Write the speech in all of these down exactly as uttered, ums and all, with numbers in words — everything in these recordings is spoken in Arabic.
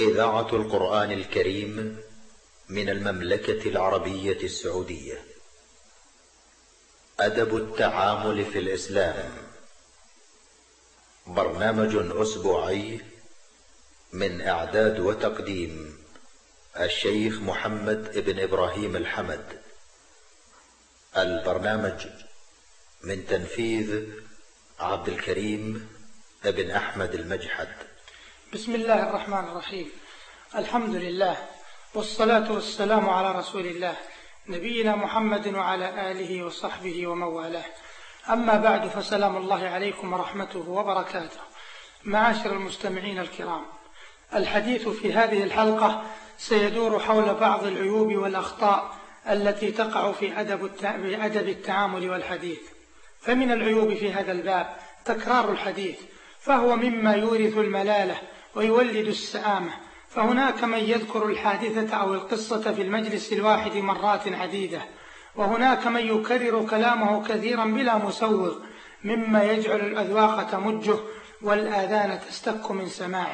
إذاعة القرآن الكريم من المملكة العربية السعودية. أدب التعامل في الإسلام، برنامج أسبوعي من إعداد وتقديم الشيخ محمد ابن إبراهيم الحمد. البرنامج من تنفيذ عبد الكريم ابن أحمد المجحد. بسم الله الرحمن الرحيم. الحمد لله والصلاة والسلام على رسول الله نبينا محمد وعلى آله وصحبه ومن والاه. أما بعد، فسلام الله عليكم ورحمته وبركاته. معاشر المستمعين الكرام، الحديث في هذه الحلقة سيدور حول بعض العيوب والأخطاء التي تقع في أدب التعامل والحديث. فمن العيوب في هذا الباب تكرار الحديث، فهو مما يورث الملالة ويولد السآمة. فهناك من يذكر الحادثة أو القصة في المجلس الواحد مرات عديدة، وهناك من يكرر كلامه كثيرا بلا مسوغ، مما يجعل الأذواق تمجه والآذان تستك من سماعه.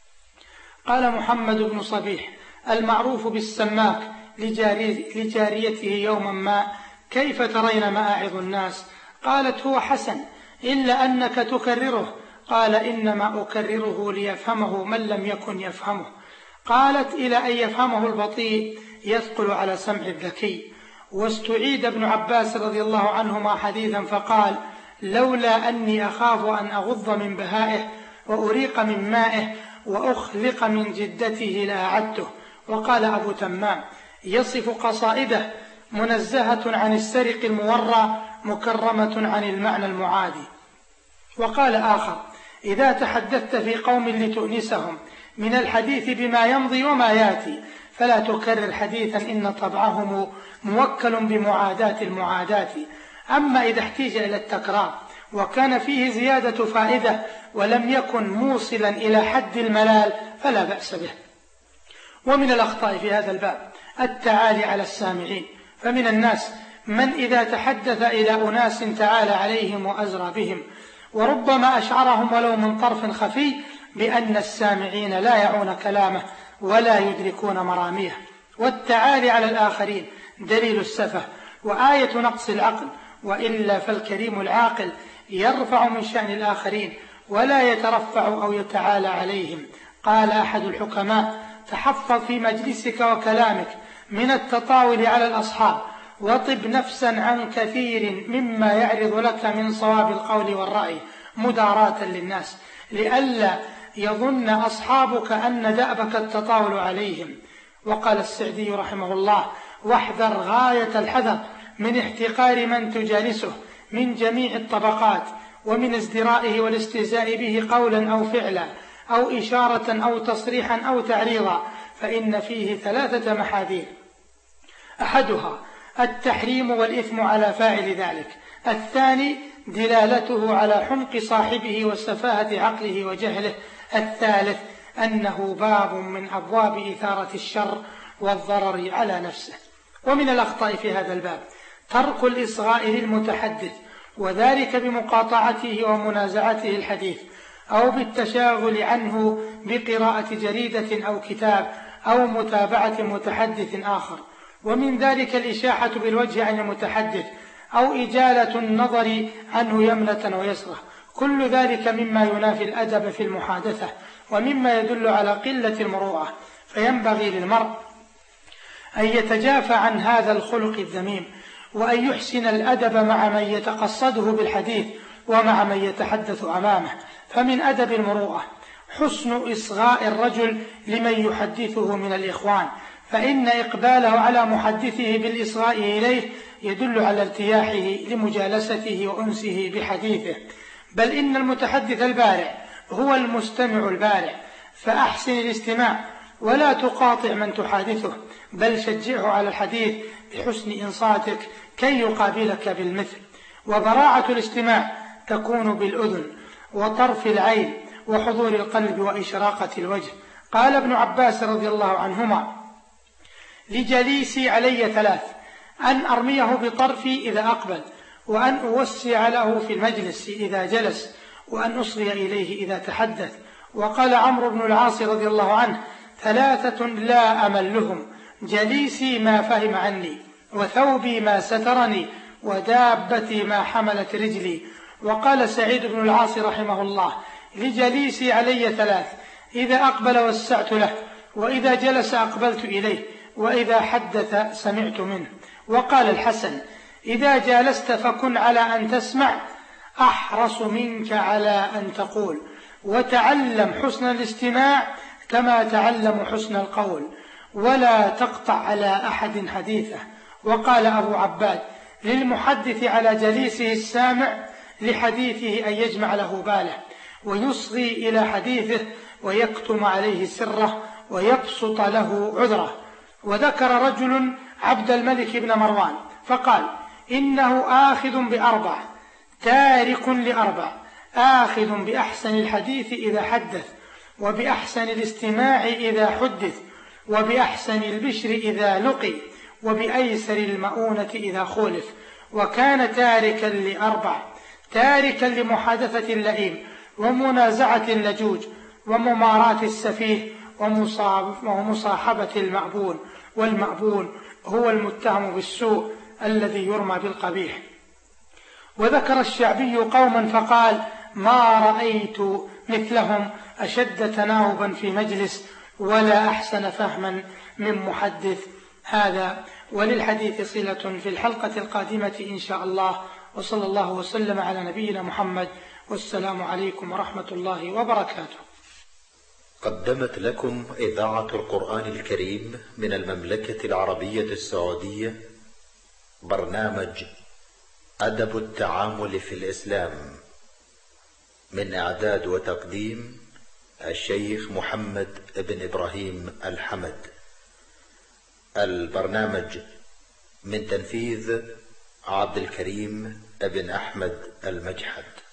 قال محمد بن صبيح المعروف بالسماك لجاري لجاريته يوما ما: كيف ترين مآعظ الناس؟ قالت: هو حسن، إلا أنك تكرره. قال: إنما أكرره ليفهمه من لم يكن يفهمه. قالت: إلى أن يفهمه البطيء يثقل على سمع الذكي. واستعيد ابن عباس رضي الله عنهما حديثا فقال: لولا أني أخاف أن أغض من بهائه وأريق من مائه وأخلق من جدته لأعدته. وقال أبو تمام يصف قصائده: منزهة عن السرق المورى، مكرمة عن المعنى المعادي. وقال آخر: إذا تحدثت في قوم لتؤنسهم من الحديث بما يمضي وما ياتي فلا تكرر حديثا إن طبعهم موكل بمعاداة المعادات. أما إذا احتيج إلى التكرار وكان فيه زيادة فائدة ولم يكن موصلا إلى حد الملال فلا بأس به. ومن الأخطاء في هذا الباب التعالي على السامعين، فمن الناس من إذا تحدث إلى أناس تعالى عليهم وأزرى بهم، وربما أشعرهم ولو من طرف خفي بأن السامعين لا يعون كلامه ولا يدركون مراميه. والتعالي على الآخرين دليل السفه وآية نقص العقل، وإلا فالكريم العاقل يرفع من شأن الآخرين ولا يترفع أو يتعالى عليهم. قال أحد الحكماء: تحفظ في مجلسك وكلامك من التطاول على الأصحاب، وطب نفسا عن كثير مما يعرض لك من صواب القول والرأي مداراة للناس، لئلا يظن أصحابك أن دأبك التطاول عليهم. وقال السعدي رحمه الله: واحذر غاية الحذر من احتقار من تجالسه من جميع الطبقات، ومن ازدرائه والاستهزاء به قولا أو فعلا أو إشارة أو تصريحا أو تعريضا، فإن فيه ثلاثة محاذير: أحدها التحريم والإثم على فاعل ذلك، الثاني دلالته على حمق صاحبه وسفاهة عقله وجهله، الثالث أنه باب من أبواب إثارة الشر والضرر على نفسه. ومن الأخطاء في هذا الباب ترك الإصغاء للمتحدث، وذلك بمقاطعته ومنازعته الحديث، أو بالتشاغل عنه بقراءة جريدة أو كتاب أو متابعة متحدث آخر. ومن ذلك الإشاحة بالوجه عن المتحدث أو إجالة النظر عنه يمنة ويسرة. كل ذلك مما ينافي الأدب في المحادثة ومما يدل على قلة المروءة. فينبغي للمرء أن يتجافى عن هذا الخلق الذميم، وأن يحسن الأدب مع من يتقصده بالحديث ومع من يتحدث أمامه. فمن أدب المروءة حسن إصغاء الرجل لمن يحدثه من الإخوان، فإن إقباله على محدثه بالإصغاء إليه يدل على ارتياحه لمجالسته وأنسه بحديثه. بل إن المتحدث البارع هو المستمع البارع، فأحسن الاستماع ولا تقاطع من تحادثه، بل شجعه على الحديث بحسن إنصاتك كي يقابلك بالمثل. وبراعة الاستماع تكون بالأذن وطرف العين وحضور القلب وإشراقة الوجه. قال ابن عباس رضي الله عنهما: لجليسي علي ثلاث: أن أرميه بطرفي إذا أقبل، وأن أوسع له في المجلس إذا جلس، وأن أصغي إليه إذا تحدث. وقال عمرو بن العاص رضي الله عنه: ثلاثة لا أملهم: جليسي ما فهم عني، وثوبي ما سترني، ودابتي ما حملت رجلي. وقال سعيد بن العاص رحمه الله: لجليسي علي ثلاث: إذا أقبل وسعت له، وإذا جلس أقبلت إليه، وإذا حدث سمعت منه. وقال الحسن: إذا جالست فكن على أن تسمع أحرص منك على أن تقول، وتعلم حسن الاستماع كما تعلم حسن القول، ولا تقطع على أحد حديثه. وقال أبو عباد: للمحدث على جليسه السامع لحديثه أن يجمع له باله، ويصغي إلى حديثه، ويكتم عليه سره، ويبسط له عذره. وذكر رجل عبد الملك بن مروان فقال: إنه آخذ بأربع، تارك لأربع، آخذ بأحسن الحديث إذا حدث، وبأحسن الاستماع إذا حدث، وبأحسن البشر إذا لقي، وبأيسر المؤونة إذا خولف. وكان تاركا لأربع: تاركا لمحادثة اللئيم، ومنازعة اللجوج، ومماراة السفيه، ومصاحبة المأبون. والمأبون هو المتهم بالسوء الذي يرمى بالقبيح. وذكر الشعبي قوما فقال: ما رأيت مثلهم أشد تناوبا في مجلس، ولا أحسن فهما من محدث. هذا وللحديث صلة في الحلقة القادمة إن شاء الله. وصلى الله وسلم على نبينا محمد، والسلام عليكم ورحمة الله وبركاته. قدمت لكم إذاعة القرآن الكريم من المملكة العربية السعودية برنامج أدب التعامل في الإسلام، من إعداد وتقديم الشيخ محمد بن إبراهيم الحمد. البرنامج من تنفيذ عبد الكريم بن أحمد المجحد.